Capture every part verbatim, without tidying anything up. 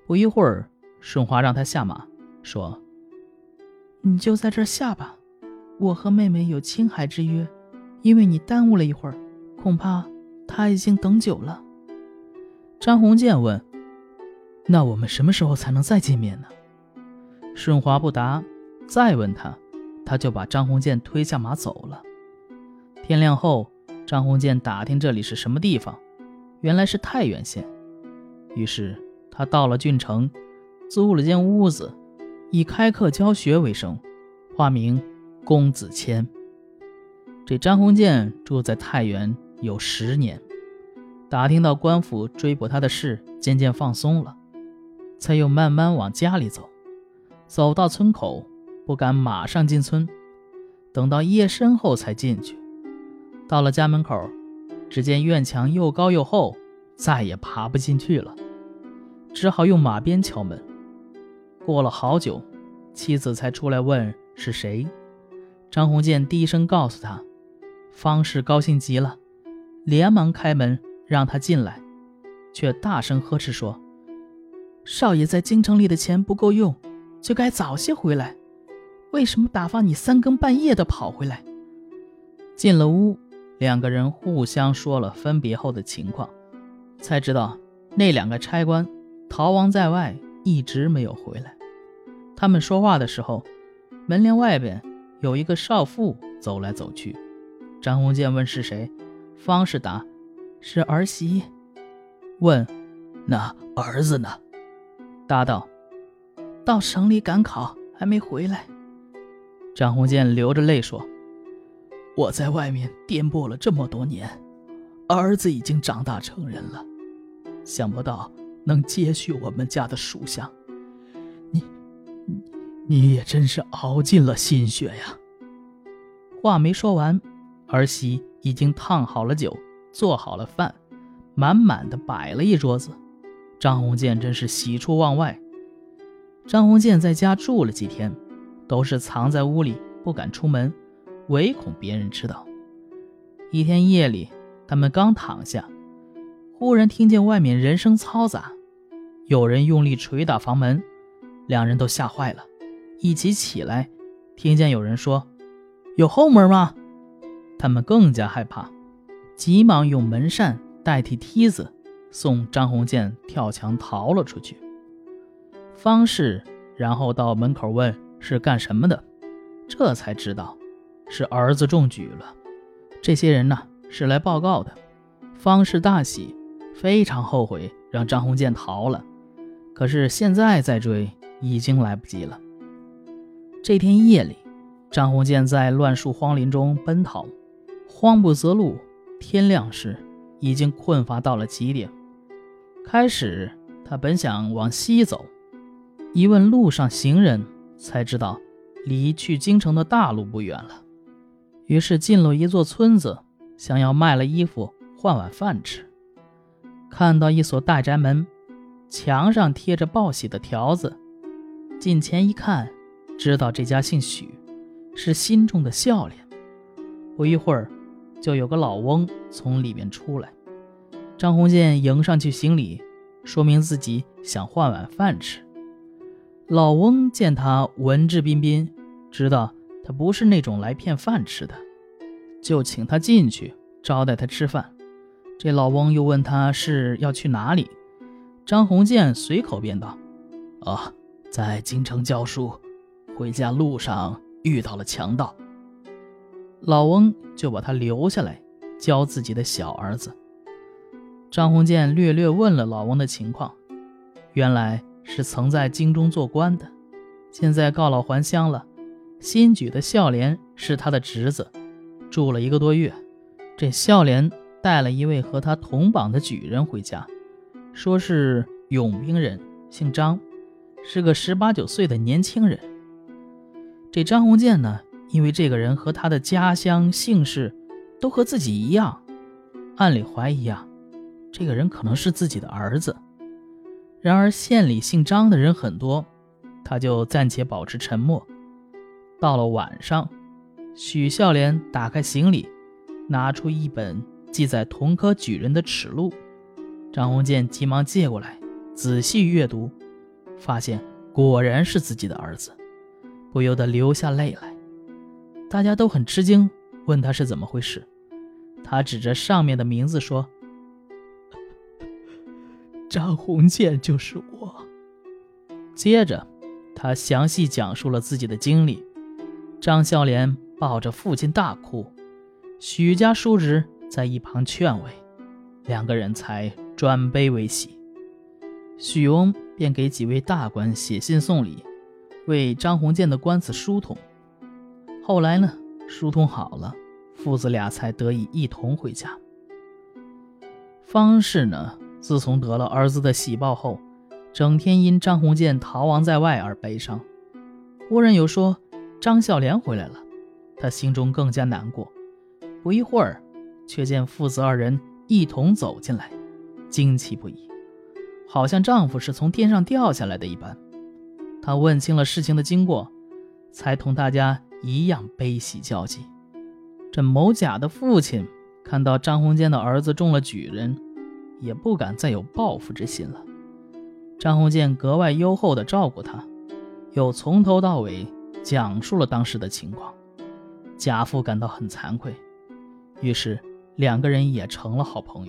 不一会儿，顺华让他下马，说： 你就在这儿下吧，我和妹妹有青海之约，因为你耽误了一会儿，恐怕她已经等久了。 张鸿渐问：那我们什么时候才能再见面呢？顺华不答，再问他，他就把张鸿渐推下马走了。天亮后，张鸿渐打听这里是什么地方，原来是太原县。于是他到了郡城，租了间屋子，以开课教学为生，化名公子谦。这张鸿渐住在太原有十年，打听到官府追捕他的事渐渐放松了，才又慢慢往家里走。走到村口，不敢马上进村，等到夜深后才进去。到了家门口，只见院墙又高又厚，再也爬不进去了，只好用马鞭敲门。过了好久，妻子才出来问是谁。张鸿渐低声告诉他，方氏高兴极了，连忙开门让他进来，却大声呵斥说： 少爷在京城里的钱不够用，就该早些回来，为什么打发你三更半夜的跑回来？ 进了屋，两个人互相说了分别后的情况，才知道那两个差官逃亡在外，一直没有回来。他们说话的时候，门帘外边有一个少妇走来走去。张鸿渐问是谁，方氏答： 是儿媳。 问：那儿子呢？答道： 到省里赶考，还没回来。 张鸿渐流着泪说： 我在外面颠簸了这么多年，儿子已经长大成人了，想不到能接续我们家的属相，你你你也真是熬尽了心血呀。 话没说完，儿媳已经烫好了酒，做好了饭，满满的摆了一桌子。张鸿渐真是喜出望外。张鸿渐在家住了几天，都是藏在屋里，不敢出门，唯恐别人知道。一天夜里，他们刚躺下，忽然听见外面人声嘈杂，有人用力捶打房门，两人都吓坏了，一起起来，听见有人说：有后门吗？他们更加害怕，急忙用门扇代替梯子，送张鸿渐跳墙逃了出去。方氏然后到门口问是干什么的，这才知道是儿子中举了。这些人呢，是来报告的。方氏大喜，非常后悔让张鸿渐逃了，可是现在再追已经来不及了。这天夜里，张鸿渐在乱树荒林中奔逃，慌不择路，天亮时已经困乏到了极点。开始他本想往西走，一问路上行人，才知道离去京城的大路不远了。于是进了一座村子，想要卖了衣服换碗饭吃。看到一所大宅门，墙上贴着报喜的条子，近前一看，知道这家姓许，是心中的笑脸。不一会儿，就有个老翁从里面出来。张鸿渐迎上去行礼，说明自己想换碗饭吃。老翁见他文质彬彬，知道他不是那种来骗饭吃的，就请他进去招待他吃饭。这老翁又问他是要去哪里，张鸿渐随口便道：啊，在京城教书，回家路上遇到了强盗。老翁就把他留下来教自己的小儿子。张鸿渐略略问了老翁的情况，原来是曾在京中做官的，现在告老还乡了，新举的孝廉是他的侄子，住了一个多月。这孝廉带了一位和他同榜的举人回家，说是永兵人，姓张，是个十八九岁的年轻人。这张鸿渐呢，因为这个人和他的家乡姓氏都和自己一样，暗里怀疑啊，这个人可能是自己的儿子。然而县里姓张的人很多，他就暂且保持沉默。到了晚上，许孝廉打开行李，拿出一本记载同科举人的耻录。张鸿渐急忙借过来，仔细阅读， 发现果然是自己的儿子，不由得流下泪来。大家都很吃惊，问他是怎么回事。他指着上面的名字说： 张鸿渐就是我。 接着他详细讲述了自己的经历。张孝廉抱着父亲大哭，许家叔侄在一旁劝慰，两个人才转悲为喜。许翁便给几位大官写信送礼，为张鸿渐的官司疏通。后来呢，疏通好了，父子俩才得以一同回家。方氏呢，自从得了儿子的喜报后，整天因张鸿渐逃亡在外而悲伤。忽然有说张孝廉回来了，他心中更加难过。不一会儿，却见父子二人一同走进来，惊奇不已，好像丈夫是从天上掉下来的一般。她问清了事情的经过，才同大家一样悲喜交集。这某甲的父亲看到张鸿渐的儿子中了举人，也不敢再有报复之心了。张鸿渐格外优厚地照顾他，又从头到尾讲述了当时的情况。甲父感到很惭愧，于是两个人也成了好朋友。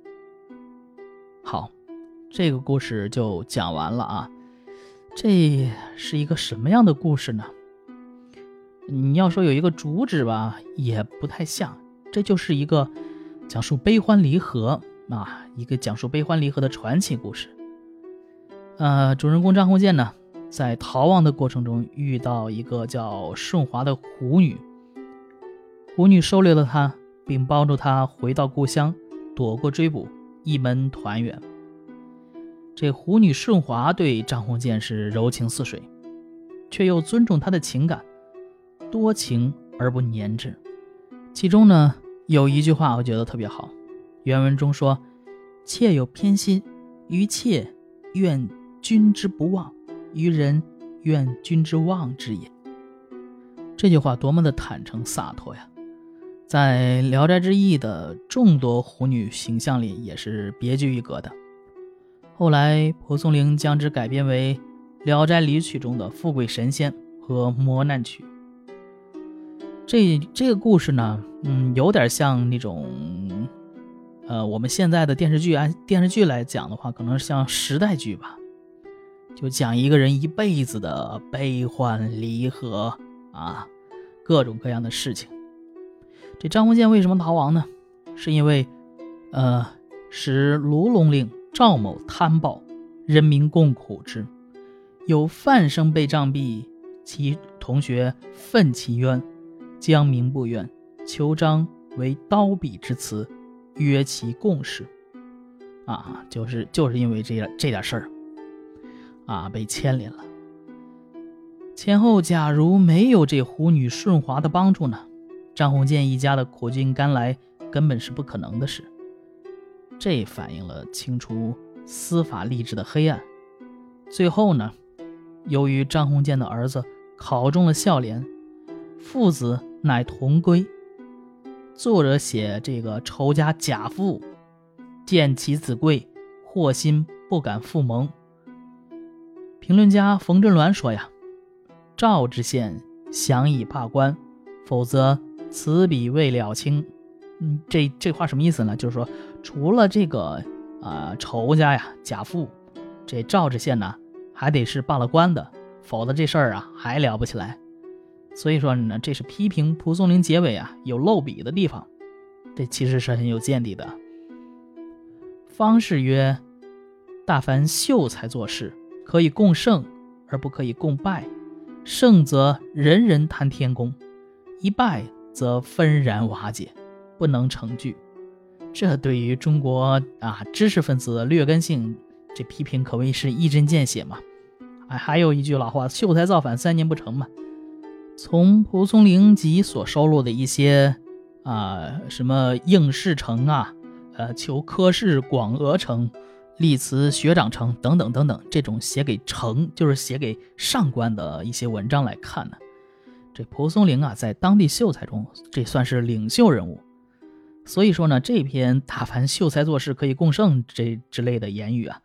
好，这个故事就讲完了啊。这是一个什么样的故事呢？你要说有一个主旨吧，也不太像。这就是一个讲述悲欢离合啊，一个讲述悲欢离合的传奇故事。呃，主人公张鸿渐呢，在逃亡的过程中遇到一个叫顺华的狐女，狐女收留了他，并帮助他回到故乡，躲过追捕，一门团圆。这狐女顺华对张鸿渐是柔情似水，却又尊重他的情感，多情而不粘滞。其中呢，有一句话我觉得特别好，原文中说：妾有偏心，于妾愿君之不忘，于人愿君之忘之也。这句话多么的坦诚洒脱呀，在《聊斋志异》的众多狐女形象里也是别具一格的。后来蒲松龄将之改编为《聊斋离曲》中的富贵神仙和磨难曲。这这个故事呢，嗯，有点像那种，呃，我们现在的电视剧按电视剧来讲的话，可能像时代剧吧，就讲一个人一辈子的悲欢离合啊，各种各样的事情。这张鸿渐为什么逃亡呢？是因为，呃，使卢龙令赵某贪暴，人民共苦之。有范生被杖毙，其同学愤其冤，将名不怨，求张为刀笔之词，约其共事。啊，就是就是因为这这点事儿，啊，被牵连了。前后假如没有这狐女顺华的帮助呢，张鸿渐一家的苦尽甘来根本是不可能的事。这反映了清初司法吏治的黑暗。最后呢，由于张鸿渐的儿子考中了孝廉，父子乃同归。作者写这个仇家贾父见其子贵，祸心不敢复蒙。评论家冯振鸾说呀，赵知县想以罢官，否则此笔未了清。嗯，这这话什么意思呢？就是说，除了这个啊、呃、仇家呀贾父，这赵知县呢还得是罢了官的，否则这事儿啊还了不起来。所以说呢，这是批评蒲松龄结尾啊有漏笔的地方，这其实是很有见地的。方士曰：大凡秀才做事，可以共胜而不可以共败。胜则人人贪天功，一败则纷然瓦解，不能成聚。这对于中国啊知识分子的劣根性，这批评可谓是一针见血嘛。哎，还有一句老话，秀才造反三年不成嘛。从蒲松龄集所收录的一些啊什么应试成啊，呃求科试广额成，立辞学长成等等等等，这种写给成就是写给上官的一些文章来看呢，这蒲松龄啊在当地秀才中这算是领袖人物。所以说呢，这篇大凡秀才做事可以共胜这之类的言语啊，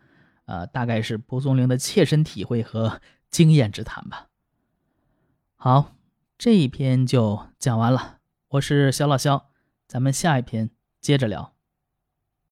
呃，大概是蒲松龄的切身体会和经验之谈吧。好，这一篇就讲完了，我是小老肖，咱们下一篇接着聊。